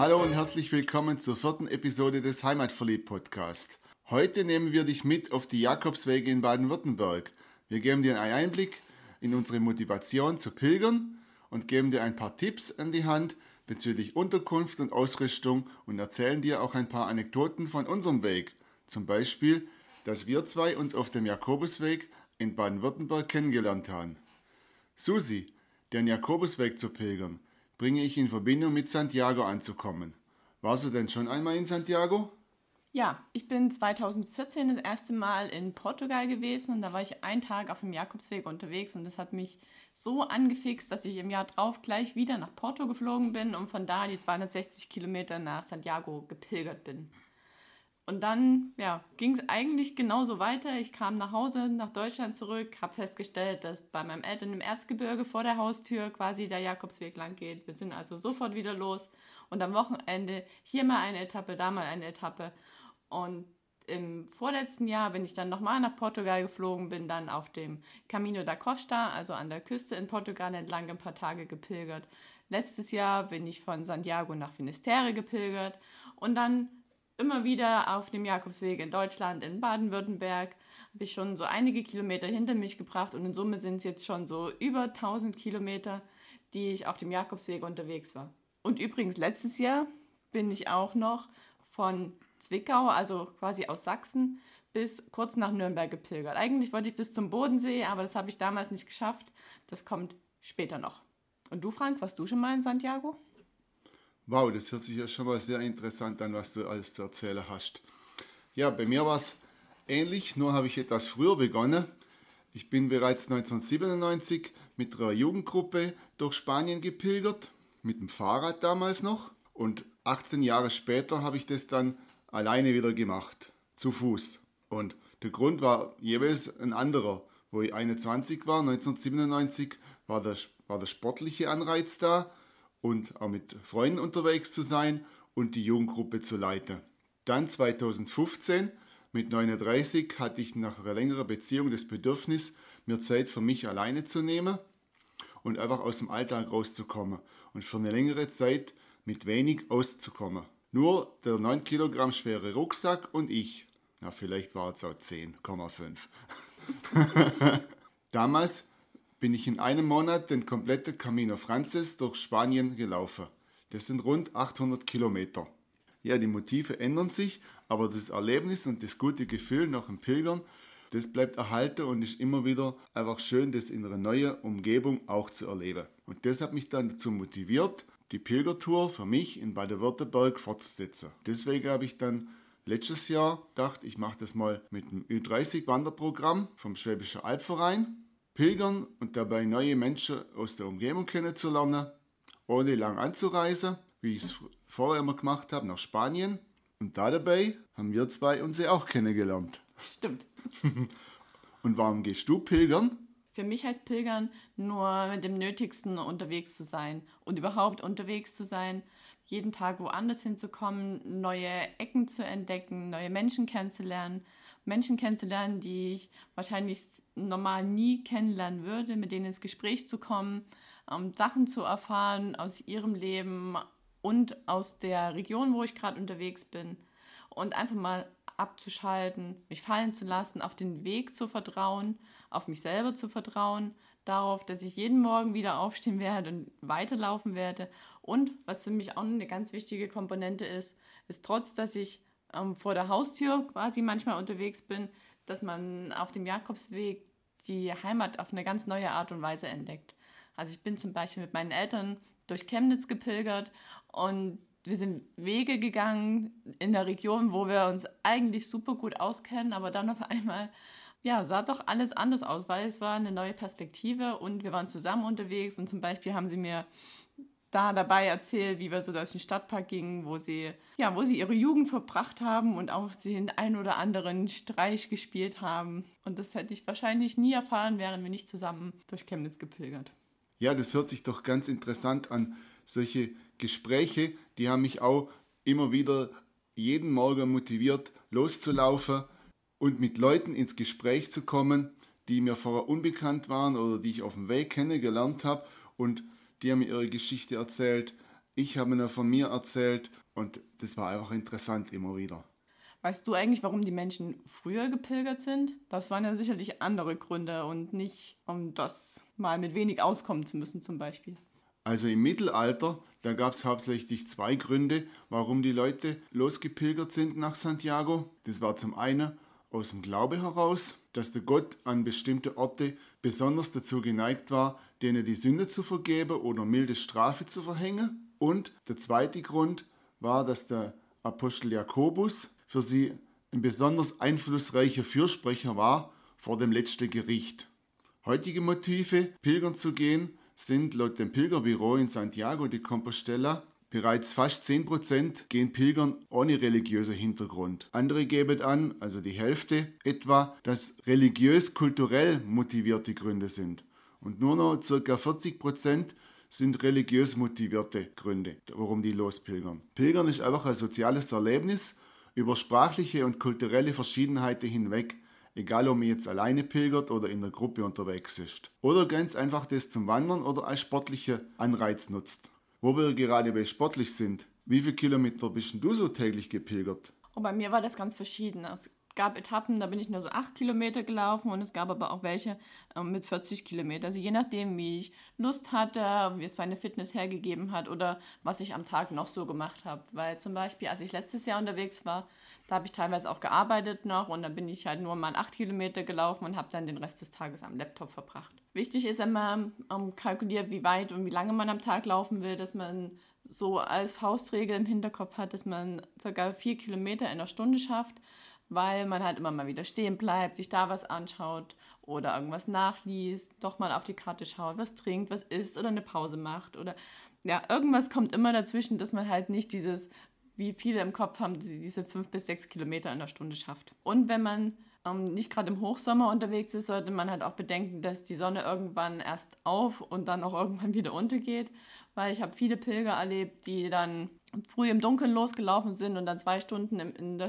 Hallo und herzlich willkommen zur 4. Episode des Heimatverliebt-Podcasts. Heute nehmen wir dich mit auf die Jakobswege in Baden-Württemberg. Wir geben dir einen Einblick in unsere Motivation zu pilgern und geben dir ein paar Tipps an die Hand bezüglich Unterkunft und Ausrüstung und erzählen dir auch ein paar Anekdoten von unserem Weg. Zum Beispiel, dass wir zwei uns auf dem Jakobusweg in Baden-Württemberg kennengelernt haben. Susi, den Jakobusweg zu pilgern, bringe ich in Verbindung mit Santiago anzukommen. Warst du denn schon einmal in Santiago? Ja, ich bin 2014 das erste Mal in Portugal gewesen und da war ich einen Tag auf dem Jakobsweg unterwegs und das hat mich so angefixt, dass ich im Jahr drauf gleich wieder nach Porto geflogen bin und von da die 260 Kilometer nach Santiago gepilgert bin. Und dann ging es eigentlich genauso weiter. Ich kam nach Hause, nach Deutschland zurück, habe festgestellt, dass bei meinen Eltern im Erzgebirge vor der Haustür quasi der Jakobsweg lang geht. Wir sind also sofort wieder los und am Wochenende hier mal eine Etappe, da mal eine Etappe. Und im vorletzten Jahr bin ich dann nochmal nach Portugal geflogen, bin dann auf dem Camino da Costa, also an der Küste in Portugal entlang ein paar Tage gepilgert. Letztes Jahr bin ich von Santiago nach Finisterre gepilgert und dann immer wieder auf dem Jakobsweg in Deutschland, in Baden-Württemberg, habe ich schon so einige Kilometer hinter mich gebracht und in Summe sind es jetzt schon so über 1000 Kilometer, die ich auf dem Jakobsweg unterwegs war. Und übrigens letztes Jahr bin ich auch noch von Zwickau, also quasi aus Sachsen, bis kurz nach Nürnberg gepilgert. Eigentlich wollte ich bis zum Bodensee, aber das habe ich damals nicht geschafft. Das kommt später noch. Und du, Frank, warst du schon mal in Santiago? Wow, das hört sich ja schon mal sehr interessant an, was du alles zu erzählen hast. Ja, bei mir war es ähnlich, nur habe ich etwas früher begonnen. Ich bin bereits 1997 mit einer Jugendgruppe durch Spanien gepilgert, mit dem Fahrrad damals noch. Und 18 Jahre später habe ich das dann alleine wieder gemacht, zu Fuß. Und der Grund war jeweils ein anderer. Wo ich 21 war, 1997, war der sportliche Anreiz da und auch mit Freunden unterwegs zu sein und die Jugendgruppe zu leiten. Dann 2015, mit 39, hatte ich nach einer längeren Beziehung das Bedürfnis, mir Zeit für mich alleine zu nehmen und einfach aus dem Alltag rauszukommen und für eine längere Zeit mit wenig auszukommen. Nur der 9 Kilogramm schwere Rucksack und ich. Na, vielleicht war es auch 10,5. Damals bin ich in einem Monat den kompletten Camino Frances durch Spanien gelaufen. Das sind rund 800 Kilometer. Ja, die Motive ändern sich, aber das Erlebnis und das gute Gefühl nach dem Pilgern, das bleibt erhalten und ist immer wieder einfach schön, das in einer neuen Umgebung auch zu erleben. Und das hat mich dann dazu motiviert, die Pilgertour für mich in Baden-Württemberg fortzusetzen. Deswegen habe ich dann letztes Jahr gedacht, ich mache das mal mit dem Ü30-Wanderprogramm vom Schwäbischen Albverein. Pilgern und dabei neue Menschen aus der Umgebung kennenzulernen, ohne lang anzureisen, wie ich es vorher immer gemacht habe, nach Spanien. Und dabei haben wir zwei uns ja auch kennengelernt. Stimmt. Und warum gehst du pilgern? Für mich heißt Pilgern nur mit dem Nötigsten unterwegs zu sein und überhaupt unterwegs zu sein, jeden Tag woanders hinzukommen, neue Ecken zu entdecken, neue Menschen kennenzulernen, die ich wahrscheinlich normal nie kennenlernen würde, mit denen ins Gespräch zu kommen, Sachen zu erfahren aus ihrem Leben und aus der Region, wo ich gerade unterwegs bin und einfach mal abzuschalten, mich fallen zu lassen, auf den Weg zu vertrauen, auf mich selber zu vertrauen, darauf, dass ich jeden Morgen wieder aufstehen werde und weiterlaufen werde. Und was für mich auch eine ganz wichtige Komponente ist trotz, dass ich vor der Haustür quasi manchmal unterwegs bin, dass man auf dem Jakobsweg die Heimat auf eine ganz neue Art und Weise entdeckt. Also ich bin zum Beispiel mit meinen Eltern durch Chemnitz gepilgert und wir sind Wege gegangen in der Region, wo wir uns eigentlich super gut auskennen, aber dann auf einmal sah doch alles anders aus, weil es war eine neue Perspektive und wir waren zusammen unterwegs und zum Beispiel haben sie mir da dabei erzählt, wie wir so durch den Stadtpark gingen, wo sie ihre Jugend verbracht haben und auch den ein oder anderen Streich gespielt haben. Und das hätte ich wahrscheinlich nie erfahren, wären wir nicht zusammen durch Chemnitz gepilgert. Ja, das hört sich doch ganz interessant an. Solche Gespräche, die haben mich auch immer wieder jeden Morgen motiviert, loszulaufen und mit Leuten ins Gespräch zu kommen, die mir vorher unbekannt waren oder die ich auf dem Weg kennengelernt habe und die haben mir ihre Geschichte erzählt, Ich habe ihnen von mir erzählt und das war einfach interessant immer wieder. Weißt du eigentlich, warum die Menschen früher gepilgert sind? Das waren ja sicherlich andere Gründe und nicht, um das mal mit wenig auskommen zu müssen zum Beispiel. Also im Mittelalter, da gab es hauptsächlich zwei Gründe, warum die Leute losgepilgert sind nach Santiago. Das war zum einen aus dem Glaube heraus, dass der Gott an bestimmte Orte besonders dazu geneigt war, denen die Sünde zu vergeben oder milde Strafe zu verhängen. Und der zweite Grund war, dass der Apostel Jakobus für sie ein besonders einflussreicher Fürsprecher war vor dem letzten Gericht. Heutige Motive, pilgern zu gehen, sind laut dem Pilgerbüro in Santiago de Compostela bereits fast 10% gehen pilgern ohne religiöser Hintergrund. Andere geben an, also die Hälfte etwa, dass religiös-kulturell motivierte Gründe sind. Und nur noch ca. 40% sind religiös motivierte Gründe, warum die lospilgern. Pilgern ist einfach ein soziales Erlebnis über sprachliche und kulturelle Verschiedenheiten hinweg, egal ob man jetzt alleine pilgert oder in der Gruppe unterwegs ist. Oder ganz einfach das zum Wandern oder als sportlicher Anreiz nutzt. Wo wir gerade bei sportlich sind, wie viele Kilometer bist denn du so täglich gepilgert? Und bei mir war das ganz verschieden. Es gab Etappen, da bin ich nur so 8 Kilometer gelaufen und es gab aber auch welche mit 40 Kilometer. Also je nachdem, wie ich Lust hatte, wie es meine Fitness hergegeben hat oder was ich am Tag noch so gemacht habe. Weil zum Beispiel, als ich letztes Jahr unterwegs war, da habe ich teilweise auch gearbeitet noch und dann bin ich halt nur mal 8 Kilometer gelaufen und habe dann den Rest des Tages am Laptop verbracht. Wichtig ist immer kalkuliert, wie weit und wie lange man am Tag laufen will, dass man so als Faustregel im Hinterkopf hat, dass man ca. 4 Kilometer in einer Stunde schafft, weil man halt immer mal wieder stehen bleibt, sich da was anschaut oder irgendwas nachliest, doch mal auf die Karte schaut, was trinkt, was isst oder eine Pause macht oder ja, irgendwas kommt immer dazwischen, dass man halt nicht dieses, wie viele im Kopf haben, diese 5 bis 6 Kilometer in der Stunde schafft. Und wenn man nicht gerade im Hochsommer unterwegs ist, sollte man halt auch bedenken, dass die Sonne irgendwann erst auf und dann auch irgendwann wieder untergeht, weil ich habe viele Pilger erlebt, die dann früh im Dunkeln losgelaufen sind und dann 2 Stunden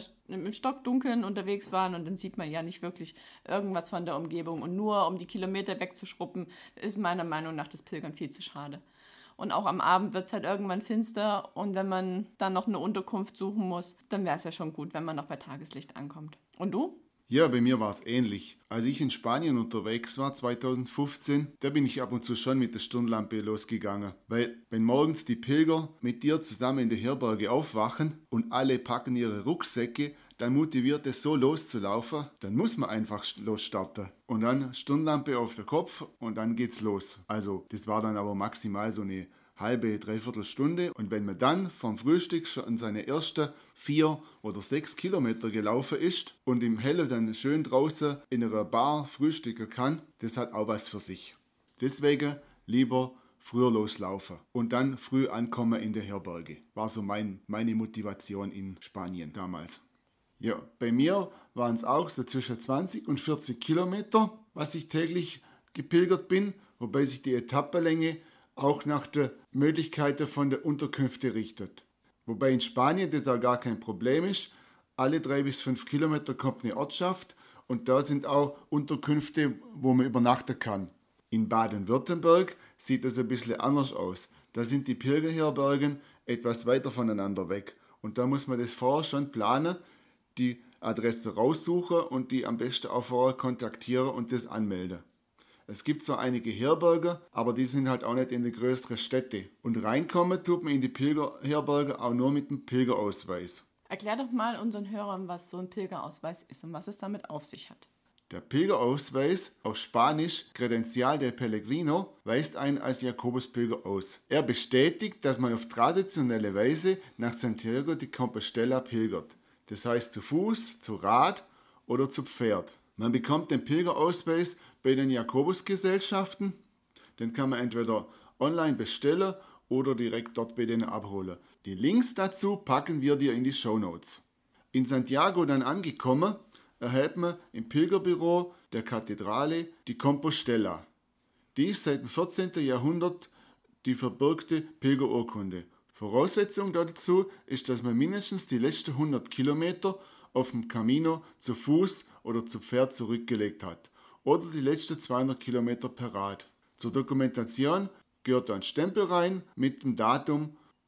im Stockdunkeln unterwegs waren und dann sieht man ja nicht wirklich irgendwas von der Umgebung und nur um die Kilometer wegzuschruppen, ist meiner Meinung nach das Pilgern viel zu schade. Und auch am Abend wird es halt irgendwann finster und wenn man dann noch eine Unterkunft suchen muss, dann wäre es ja schon gut, wenn man noch bei Tageslicht ankommt. Und du? Ja, bei mir war es ähnlich. Als ich in Spanien unterwegs war, 2015, da bin ich ab und zu schon mit der Stirnlampe losgegangen. Weil wenn morgens die Pilger mit dir zusammen in der Herberge aufwachen und alle packen ihre Rucksäcke, dann motiviert es so loszulaufen, dann muss man einfach losstarten. Und dann Stirnlampe auf den Kopf und dann geht's los. Also das war dann aber maximal so eine halbe, dreiviertel Stunde. Und wenn man dann vom Frühstück schon seine ersten 4 oder 6 Kilometer gelaufen ist und im Hellen dann schön draußen in einer Bar frühstücken kann, das hat auch was für sich. Deswegen lieber früher loslaufen und dann früh ankommen in der Herberge. War so meine Motivation in Spanien damals. Ja, bei mir waren es auch so zwischen 20 und 40 Kilometer, was ich täglich gepilgert bin, wobei sich die Etappenlänge auch nach der Möglichkeiten von der Unterkünfte richtet. Wobei in Spanien das auch gar kein Problem ist. Alle 3 bis 5 Kilometer kommt eine Ortschaft und da sind auch Unterkünfte, wo man übernachten kann. In Baden-Württemberg sieht das ein bisschen anders aus. Da sind die Pilgerherbergen etwas weiter voneinander weg und da muss man das vorher schon planen, die Adresse raussuchen und die am besten auch vorher kontaktieren und das anmelden. Es gibt zwar einige Herberge, aber die sind halt auch nicht in die größeren Städte. Und reinkommen tut man in die Pilgerherberge auch nur mit dem Pilgerausweis. Erklär doch mal unseren Hörern, was so ein Pilgerausweis ist und was es damit auf sich hat. Der Pilgerausweis, auf Spanisch Credencial de Pellegrino, weist einen als Jakobuspilger aus. Er bestätigt, dass man auf traditionelle Weise nach Santiago de Compostela pilgert. Das heißt zu Fuß, zu Rad oder zu Pferd. Man bekommt den Pilgerausweis bei den Jakobusgesellschaften. Den kann man entweder online bestellen oder direkt dort bei denen abholen. Die Links dazu packen wir dir in die Shownotes. In Santiago dann angekommen, erhält man im Pilgerbüro der Kathedrale die Compostela. Die ist seit dem 14. Jahrhundert die verbürgte Pilgerurkunde. Voraussetzung dazu ist, dass man mindestens die letzten 100 Kilometer auf dem Camino zu Fuß oder zu Pferd zurückgelegt hat oder die letzten 200 Kilometer per Rad. Zur Dokumentation gehört da ein Stempel rein mit dem Datum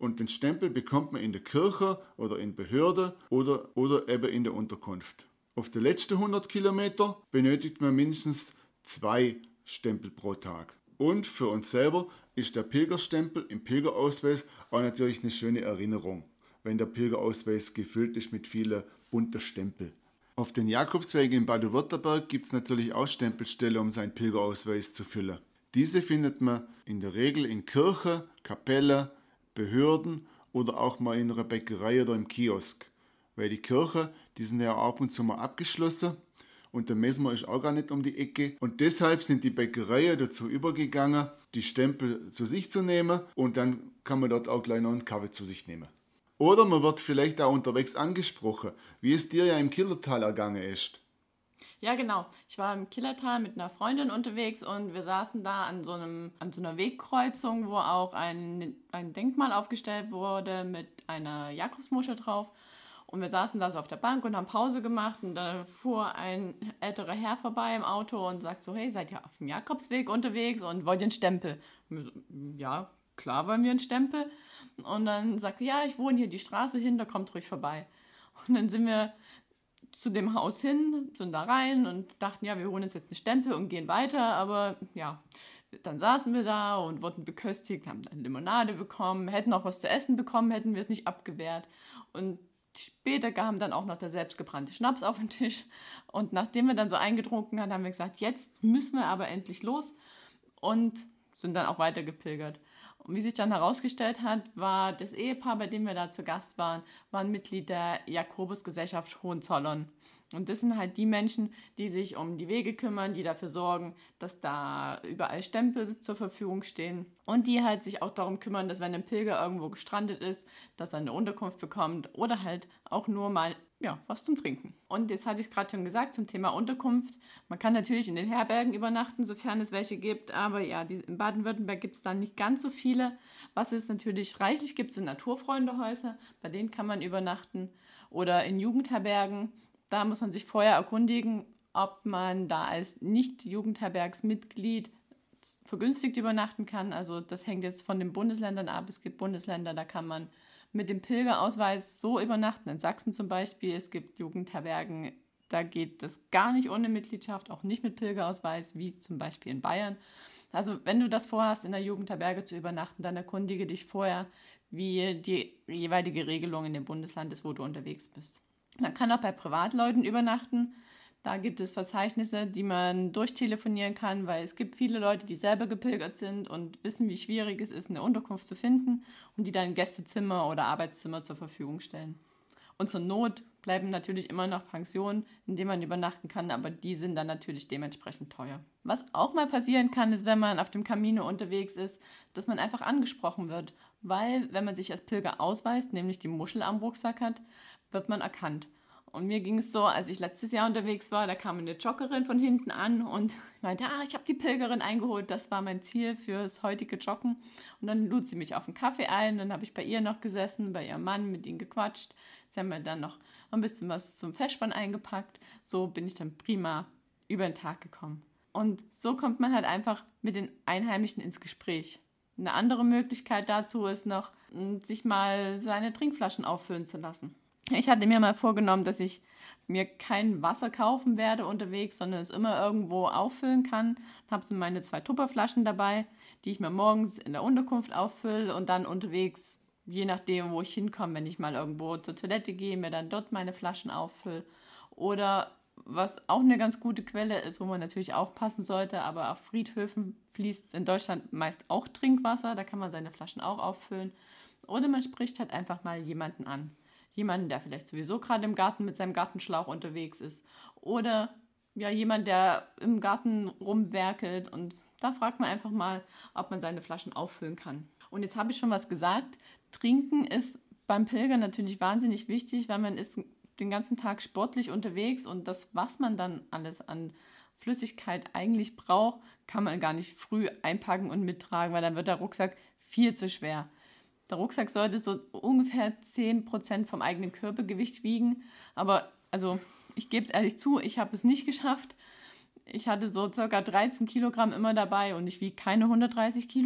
und den Stempel bekommt man in der Kirche oder in Behörde oder eben in der Unterkunft. Auf die letzten 100 Kilometer benötigt man mindestens 2 Stempel pro Tag. Und für uns selber ist der Pilgerstempel im Pilgerausweis auch natürlich eine schöne Erinnerung, wenn der Pilgerausweis gefüllt ist mit vielen bunten Stempeln. Auf den Jakobswegen in Baden-Württemberg gibt es natürlich auch Stempelstellen, um seinen Pilgerausweis zu füllen. Diese findet man in der Regel in Kirchen, Kapellen, Behörden oder auch mal in einer Bäckerei oder im Kiosk. Weil die Kirchen, die sind ja ab und zu mal abgeschlossen und der Messmer ist auch gar nicht um die Ecke. Und deshalb sind die Bäckereien dazu übergegangen, die Stempel zu sich zu nehmen und dann kann man dort auch gleich noch einen Kaffee zu sich nehmen. Oder man wird vielleicht auch unterwegs angesprochen, wie es dir ja im Killertal ergangen ist. Ja, genau. Ich war im Killertal mit einer Freundin unterwegs und wir saßen da an so einer Wegkreuzung, wo auch ein Denkmal aufgestellt wurde mit einer Jakobsmuschel drauf. Und wir saßen da so auf der Bank und haben Pause gemacht und da fuhr ein älterer Herr vorbei im Auto und sagt so, hey, seid ihr auf dem Jakobsweg unterwegs und wollt ihr einen Stempel? Und wir so, ja, klar wollen wir einen Stempel. Und dann sagt er, ja, ich wohne hier die Straße hin, da kommt ruhig vorbei. Und dann sind wir zu dem Haus hin, sind da rein und dachten, ja, wir holen uns jetzt einen Stempel und gehen weiter. Aber ja, dann saßen wir da und wurden beköstigt, haben dann Limonade bekommen, hätten auch was zu essen bekommen, hätten wir es nicht abgewehrt. Und später kam dann auch noch der selbstgebrannte Schnaps auf den Tisch. Und nachdem wir dann so eingetrunken haben, haben wir gesagt, jetzt müssen wir aber endlich los und sind dann auch weiter gepilgert. Und wie sich dann herausgestellt hat, war das Ehepaar, bei dem wir da zu Gast waren, war ein Mitglied der Jakobusgesellschaft Hohenzollern. Und das sind halt die Menschen, die sich um die Wege kümmern, die dafür sorgen, dass da überall Stempel zur Verfügung stehen. Und die halt sich auch darum kümmern, dass wenn ein Pilger irgendwo gestrandet ist, dass er eine Unterkunft bekommt oder halt auch nur mal was zum Trinken. Und jetzt hatte ich es gerade schon gesagt zum Thema Unterkunft. Man kann natürlich in den Herbergen übernachten, sofern es welche gibt. Aber ja, in Baden-Württemberg gibt es dann nicht ganz so viele. Was es natürlich reichlich gibt, sind Naturfreundehäuser. Bei denen kann man übernachten. Oder in Jugendherbergen. Da muss man sich vorher erkundigen, ob man da als Nicht-Jugendherbergsmitglied vergünstigt übernachten kann. Also das hängt jetzt von den Bundesländern ab. Es gibt Bundesländer, da kann man mit dem Pilgerausweis so übernachten. In Sachsen zum Beispiel, es gibt Jugendherbergen, da geht das gar nicht ohne Mitgliedschaft, auch nicht mit Pilgerausweis, wie zum Beispiel in Bayern. Also wenn du das vorhast, in der Jugendherberge zu übernachten, dann erkundige dich vorher, wie die jeweilige Regelung in dem Bundesland ist, wo du unterwegs bist. Man kann auch bei Privatleuten übernachten. Da gibt es Verzeichnisse, die man durchtelefonieren kann, weil es gibt viele Leute, die selber gepilgert sind und wissen, wie schwierig es ist, eine Unterkunft zu finden und die dann Gästezimmer oder Arbeitszimmer zur Verfügung stellen. Und zur Not bleiben natürlich immer noch Pensionen, in denen man übernachten kann, aber die sind dann natürlich dementsprechend teuer. Was auch mal passieren kann, ist, wenn man auf dem Camino unterwegs ist, dass man einfach angesprochen wird, weil wenn man sich als Pilger ausweist, nämlich die Muschel am Rucksack hat, wird man erkannt. Und mir ging es so, als ich letztes Jahr unterwegs war, da kam eine Joggerin von hinten an und meinte, ich habe die Pilgerin eingeholt, das war mein Ziel fürs heutige Joggen. Und dann lud sie mich auf einen Kaffee ein, dann habe ich bei ihr noch gesessen, bei ihrem Mann, mit ihnen gequatscht. Sie haben mir dann noch ein bisschen was zum Festspann eingepackt. So bin ich dann prima über den Tag gekommen. Und so kommt man halt einfach mit den Einheimischen ins Gespräch. Eine andere Möglichkeit dazu ist noch, sich mal seine Trinkflaschen auffüllen zu lassen. Ich hatte mir mal vorgenommen, dass ich mir kein Wasser kaufen werde unterwegs, sondern es immer irgendwo auffüllen kann. Habe so meine 2 Tupperflaschen dabei, die ich mir morgens in der Unterkunft auffülle und dann unterwegs, je nachdem, wo ich hinkomme, wenn ich mal irgendwo zur Toilette gehe, mir dann dort meine Flaschen auffülle. Oder was auch eine ganz gute Quelle ist, wo man natürlich aufpassen sollte, aber auf Friedhöfen fließt in Deutschland meist auch Trinkwasser, da kann man seine Flaschen auch auffüllen. Oder man spricht halt einfach mal jemanden an. Jemanden, der vielleicht sowieso gerade im Garten mit seinem Gartenschlauch unterwegs ist. Oder jemand, der im Garten rumwerkelt. Und da fragt man einfach mal, ob man seine Flaschen auffüllen kann. Und jetzt habe ich schon was gesagt. Trinken ist beim Pilgern natürlich wahnsinnig wichtig, weil man ist den ganzen Tag sportlich unterwegs und das, was man dann alles an Flüssigkeit eigentlich braucht, kann man gar nicht früh einpacken und mittragen, weil dann wird der Rucksack viel zu schwer. Der Rucksack sollte so ungefähr 10% vom eigenen Körpergewicht wiegen. Aber ich gebe es ehrlich zu, ich habe es nicht geschafft. Ich hatte so ca. 13 Kilogramm immer dabei und ich wiege keine 130 Kilo.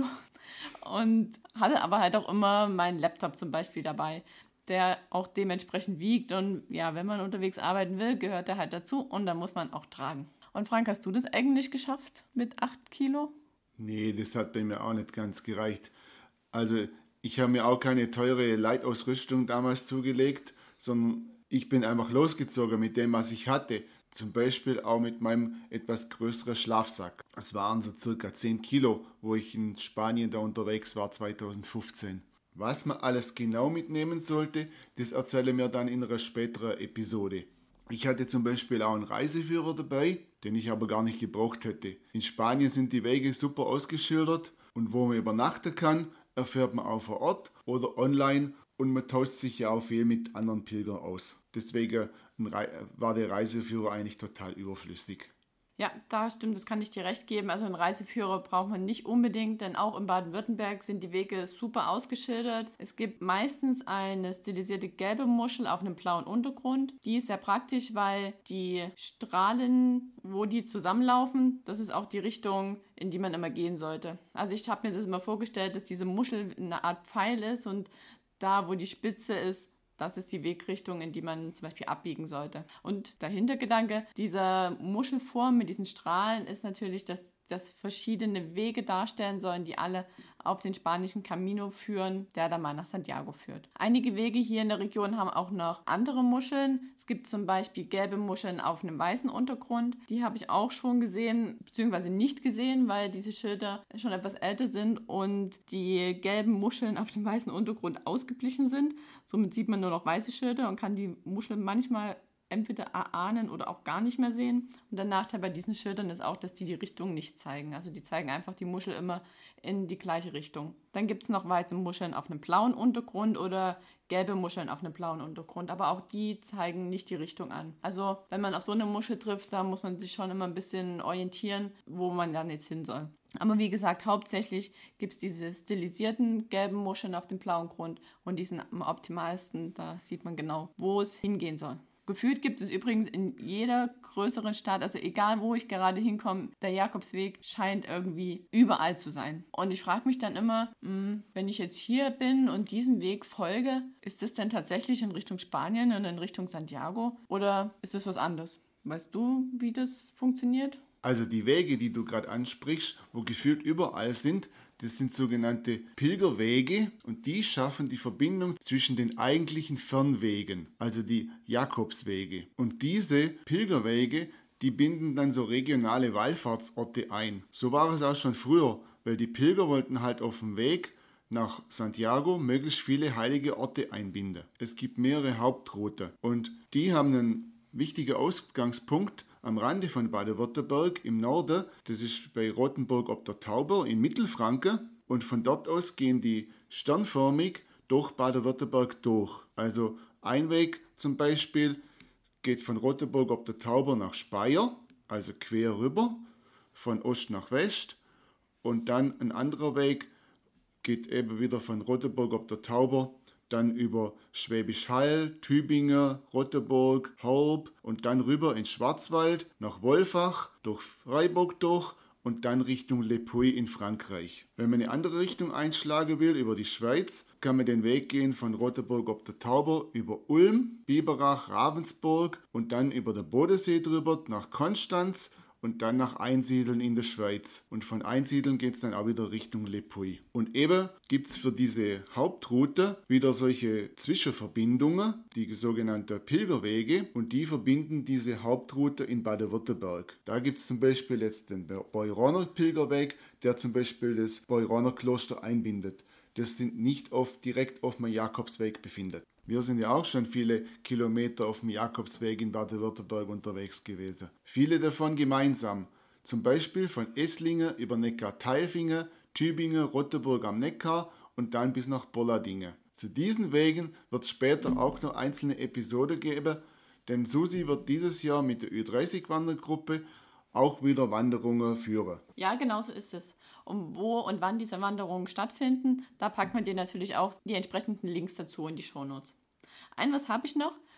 Und hatte aber halt auch immer meinen Laptop zum Beispiel dabei, der auch dementsprechend wiegt. Und ja, wenn man unterwegs arbeiten will, gehört der halt dazu und dann muss man auch tragen. Und Frank, hast du das eigentlich geschafft mit 8 Kilo? Nee, das hat bei mir auch nicht ganz gereicht. Also ich habe mir auch keine teure Leitausrüstung damals zugelegt, sondern ich bin einfach losgezogen mit dem, was ich hatte. Zum Beispiel auch mit meinem etwas größeren Schlafsack. Es waren so circa 10 Kilo, wo ich in Spanien da unterwegs war 2015. Was man alles genau mitnehmen sollte, das erzähle ich mir dann in einer späteren Episode. Ich hatte zum Beispiel auch einen Reiseführer dabei, den ich aber gar nicht gebraucht hätte. In Spanien sind die Wege super ausgeschildert und wo man übernachten kann, erfährt man auch vor Ort oder online und man tauscht sich ja auch viel mit anderen Pilgern aus. Deswegen war der Reiseführer eigentlich total überflüssig. Ja, da stimmt, das kann ich dir recht geben. Also einen Reiseführer braucht man nicht unbedingt, denn auch in Baden-Württemberg sind die Wege super ausgeschildert. Es gibt meistens eine stilisierte gelbe Muschel auf einem blauen Untergrund. Die ist sehr praktisch, weil die Strahlen, wo die zusammenlaufen, das ist auch die Richtung, in die man immer gehen sollte. Also ich habe mir das immer vorgestellt, dass diese Muschel eine Art Pfeil ist und da, wo die Spitze ist, das ist die Wegrichtung, in die man zum Beispiel abbiegen sollte. Und der Hintergedanke dieser Muschelform mit diesen Strahlen ist natürlich, dass das verschiedene Wege darstellen sollen, die alle auf den spanischen Camino führen, der dann mal nach Santiago führt. Einige Wege hier in der Region haben auch noch andere Muscheln. Es gibt zum Beispiel gelbe Muscheln auf einem weißen Untergrund. Die habe ich auch schon gesehen, beziehungsweise nicht gesehen, weil diese Schilder schon etwas älter sind und die gelben Muscheln auf dem weißen Untergrund ausgeblichen sind. Somit sieht man nur noch weiße Schilder und kann die Muscheln manchmal entweder erahnen oder auch gar nicht mehr sehen. Und der Nachteil bei diesen Schildern ist auch, dass die Richtung nicht zeigen. Also die zeigen einfach die Muschel immer in die gleiche Richtung. Dann gibt es noch weiße Muscheln auf einem blauen Untergrund oder gelbe Muscheln auf einem blauen Untergrund. Aber auch die zeigen nicht die Richtung an. Also wenn man auf so eine Muschel trifft, da muss man sich schon immer ein bisschen orientieren, wo man dann jetzt hin soll. Aber wie gesagt, hauptsächlich gibt es diese stilisierten gelben Muscheln auf dem blauen Grund und die sind am optimalsten. Da sieht man genau, wo es hingehen soll. Gefühlt gibt es übrigens in jeder größeren Stadt, also egal wo ich gerade hinkomme, der Jakobsweg scheint irgendwie überall zu sein. Und ich frage mich dann immer, wenn ich jetzt hier bin und diesem Weg folge, ist das denn tatsächlich in Richtung Spanien und in Richtung Santiago oder ist das was anderes? Weißt du, wie das funktioniert? Also die Wege, die du gerade ansprichst, wo gefühlt überall sind, das sind sogenannte Pilgerwege und die schaffen die Verbindung zwischen den eigentlichen Fernwegen, also die Jakobswege. Und diese Pilgerwege, die binden dann so regionale Wallfahrtsorte ein. So war es auch schon früher, weil die Pilger wollten halt auf dem Weg nach Santiago möglichst viele heilige Orte einbinden. Es gibt mehrere Hauptrouten und die haben einen wichtigen Ausgangspunkt am Rande von Baden-Württemberg im Norden. Das ist bei Rothenburg ob der Tauber in Mittelfranken und von dort aus gehen die sternförmig durch Baden-Württemberg durch. Also ein Weg zum Beispiel geht von Rothenburg ob der Tauber nach Speyer, also quer rüber, von Ost nach West und dann ein anderer Weg geht eben wieder von Rothenburg ob der Tauber dann über Schwäbisch Hall, Tübingen, Rottenburg, Horb und dann rüber ins Schwarzwald, nach Wolfach, durch Freiburg durch und dann Richtung Le Puy in Frankreich. Wenn man eine andere Richtung einschlagen will, über die Schweiz, kann man den Weg gehen von Rottenburg ob der Tauber über Ulm, Biberach, Ravensburg und dann über den Bodensee drüber nach Konstanz und dann nach Einsiedeln in der Schweiz. Und von Einsiedeln geht es dann auch wieder Richtung Le Puy. Und eben gibt es für diese Hauptroute wieder solche Zwischenverbindungen, die sogenannten Pilgerwege, und die verbinden diese Hauptroute in Baden-Württemberg. Da gibt es zum Beispiel jetzt den Beuroner Pilgerweg, der zum Beispiel das Beuroner Kloster einbindet. Das sind nicht direkt auf dem Jakobsweg befindet. Wir sind ja auch schon viele Kilometer auf dem Jakobsweg in Baden-Württemberg unterwegs gewesen. Viele davon gemeinsam. Zum Beispiel von Esslingen über Neckar-Tailfingen, Tübingen, Rottenburg am Neckar und dann bis nach Bolladingen. Zu diesen Wegen wird es später auch noch einzelne Episoden geben, denn Susi wird dieses Jahr mit der Ü30-Wandergruppe auch wieder Wanderungen führen. Ja, genau so ist es. Und wo und wann diese Wanderungen stattfinden, da packt man dir natürlich auch die entsprechenden Links dazu in die Shownotes. Was habe ich noch?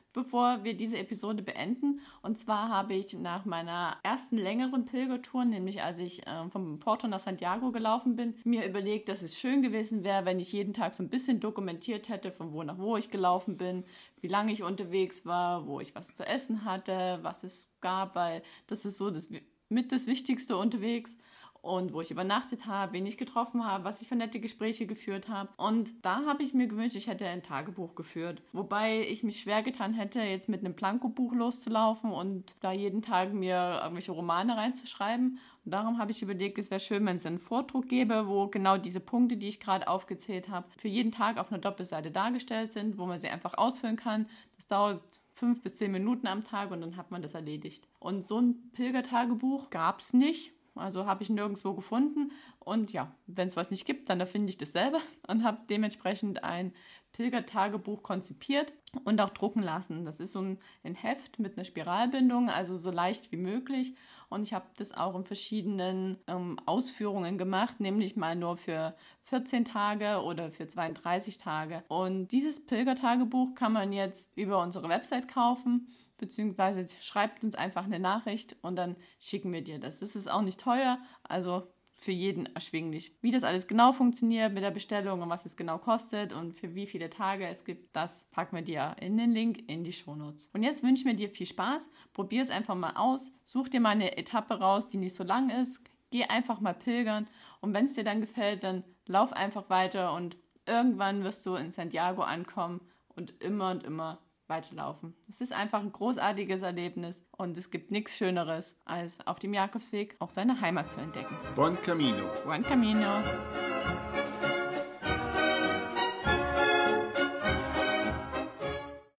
bevor wir diese Episode beenden. Und zwar habe ich nach meiner ersten längeren Pilgertour, nämlich als ich vom Porto nach Santiago gelaufen bin, mir überlegt, dass es schön gewesen wäre, wenn ich jeden Tag so ein bisschen dokumentiert hätte, von wo nach wo ich gelaufen bin, wie lange ich unterwegs war, wo ich was zu essen hatte, was es gab, weil das ist so das Wichtigste unterwegs. Und wo ich übernachtet habe, wen ich getroffen habe, was ich für nette Gespräche geführt habe. Und da habe ich mir gewünscht, ich hätte ein Tagebuch geführt. Wobei ich mich schwer getan hätte, jetzt mit einem Blankobuch loszulaufen und da jeden Tag mir irgendwelche Romane reinzuschreiben. Und darum habe ich überlegt, es wäre schön, wenn es einen Vordruck gäbe, wo genau diese Punkte, die ich gerade aufgezählt habe, für jeden Tag auf einer Doppelseite dargestellt sind, wo man sie einfach ausfüllen kann. Das dauert 5 bis 10 Minuten am Tag und dann hat man das erledigt. Und so ein Pilgertagebuch gab es nicht. Also habe ich nirgendwo gefunden. Und ja, wenn es was nicht gibt, dann erfinde ich das selber und habe dementsprechend ein Pilgertagebuch konzipiert und auch drucken lassen. Das ist so ein Heft mit einer Spiralbindung, also so leicht wie möglich. Und ich habe das auch in verschiedenen Ausführungen gemacht, nämlich mal nur für 14 Tage oder für 32 Tage. Und dieses Pilgertagebuch kann man jetzt über unsere Website kaufen, beziehungsweise schreibt uns einfach eine Nachricht und dann schicken wir dir das. Das ist auch nicht teuer, also für jeden erschwinglich. Wie das alles genau funktioniert mit der Bestellung und was es genau kostet und für wie viele Tage es gibt, das packen wir dir in den Link in die Shownotes. Und jetzt wünschen wir dir viel Spaß, probier es einfach mal aus, such dir mal eine Etappe raus, die nicht so lang ist, geh einfach mal pilgern und wenn es dir dann gefällt, dann lauf einfach weiter und irgendwann wirst du in Santiago ankommen und immer weiterlaufen. Es ist einfach ein großartiges Erlebnis und es gibt nichts Schöneres, als auf dem Jakobsweg auch seine Heimat zu entdecken. Buon Camino. Buon Camino!